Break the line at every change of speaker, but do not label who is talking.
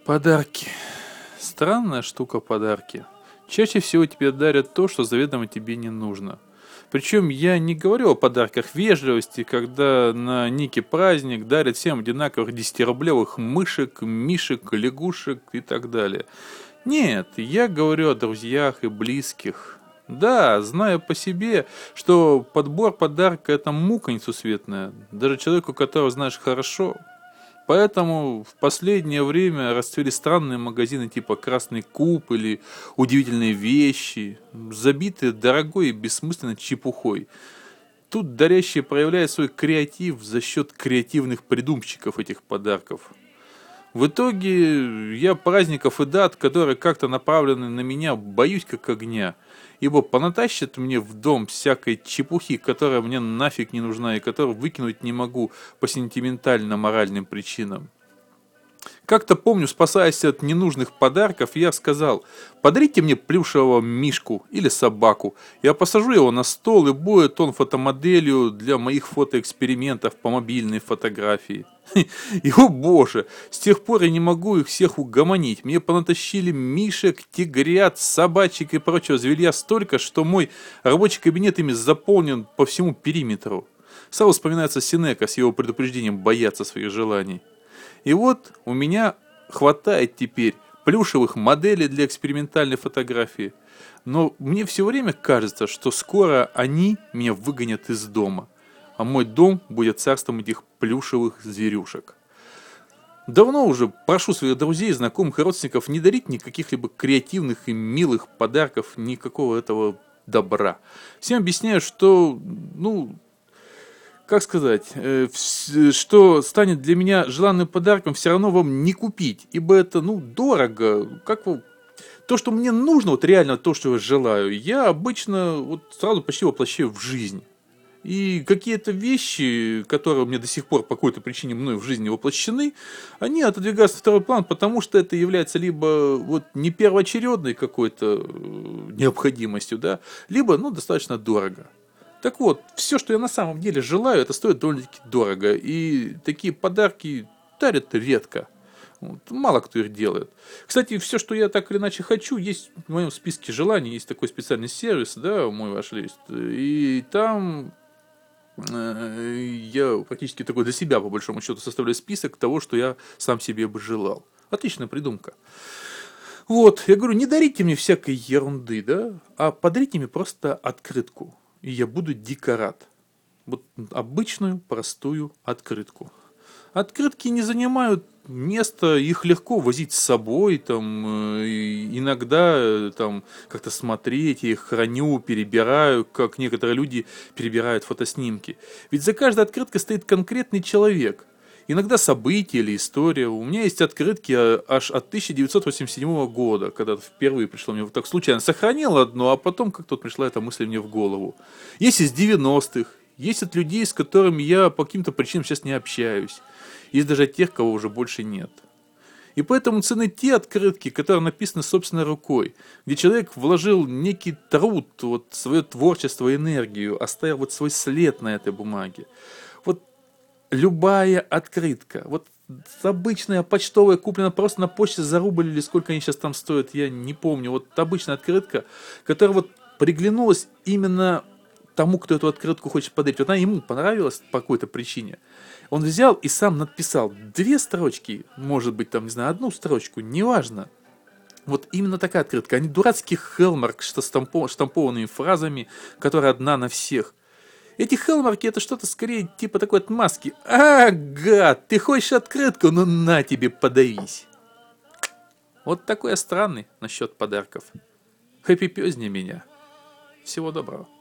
Подарки. Странная штука подарки. Чаще всего тебе дарят то, что заведомо тебе не нужно. Причем я не говорю о подарках вежливости, когда на некий праздник дарят всем одинаковых 10-рублевых мышек, мишек, лягушек и так далее. Нет, я говорю о друзьях и близких. Да, знаю по себе, что подбор подарка это мука несусветная, даже человеку, которого знаешь хорошо. Поэтому в последнее время расцвели странные магазины типа «Красный куб» или «Удивительные вещи», забитые дорогой и бессмысленной чепухой. Тут дарящие проявляют свой креатив за счет креативных придумщиков этих подарков. В итоге я праздников и дат, которые как-то направлены на меня, боюсь как огня, ибо понатащат мне в дом всякой чепухи, которая мне нафиг не нужна и которую выкинуть не могу по сентиментально-моральным причинам. Как-то помню, спасаясь от ненужных подарков, я сказал: подарите мне плюшевого мишку или собаку. Я посажу его на стол, и будет он фотомоделью для моих фотоэкспериментов по мобильной фотографии. И, о боже, с тех пор я не могу их всех угомонить. Мне понатащили мишек, тигрят, собачек и прочего зверья столько, что мой рабочий кабинет ими заполнен по всему периметру. Сразу вспоминается Сенека с его предупреждением бояться своих желаний. И вот у меня хватает теперь плюшевых моделей для экспериментальной фотографии. Но мне все время кажется, что скоро они меня выгонят из дома. А мой дом будет царством этих плюшевых зверюшек. Давно уже прошу своих друзей, знакомых и родственников не дарить никаких либо креативных и милых подарков, никакого этого добра. Всем объясняю, что, как сказать, что станет для меня желанным подарком, все равно вам не купить, ибо это, дорого. То, что мне нужно, вот реально то, что я желаю, я обычно сразу почти воплощаю в жизнь. И какие-то вещи, которые у меня до сих пор по какой-то причине мной в жизни воплощены, они отодвигаются в второй план, потому что это является либо не первоочередной какой-то необходимостью, да, либо достаточно дорого. Так вот, все, что я на самом деле желаю, это стоит довольно-таки дорого. И такие подарки дарят редко. Мало кто их делает. Кстати, все, что я так или иначе хочу, есть в моем списке желаний. Есть такой специальный сервис, да, мой ваш лист. И там я практически такой для себя, по большому счету, составляю список того, что я сам себе бы желал. Отличная придумка. Я говорю, не дарите мне всякой ерунды, да, а подарите мне просто открытку. И я буду дико рад. Обычную, простую открытку. Открытки не занимают места, их легко возить с собой, иногда как-то смотреть, я их храню, перебираю, как некоторые люди перебирают фотоснимки. Ведь за каждой открыткой стоит конкретный человек. Иногда событие или история. У меня есть открытки аж от 1987 года, когда впервые пришло мне так случайно. Сохранил одну, а потом как-то пришла эта мысль мне в голову. Есть из 90-х, есть от людей, с которыми я по каким-то причинам сейчас не общаюсь. Есть даже тех, кого уже больше нет. И поэтому цены те открытки, которые написаны собственной рукой, где человек вложил некий труд, свое творчество, энергию, оставил свой след на этой бумаге. Любая открытка, обычная почтовая, куплена просто на почте за рубль или сколько они сейчас там стоят, я не помню. Обычная открытка, которая приглянулась именно тому, кто эту открытку хочет подарить. Она ему понравилась по какой-то причине. Он взял и сам написал 2 строчки, может быть, 1 строчку, неважно. Именно такая открытка, а не дурацкий хелмарк с штампованными фразами, которая одна на всех. Эти хелмарки это что-то скорее типа такой отмазки. Гад, ты хочешь открытку? Ну на тебе, подавись. Такой я странный насчет подарков. Хэппи пёзни меня. Всего доброго.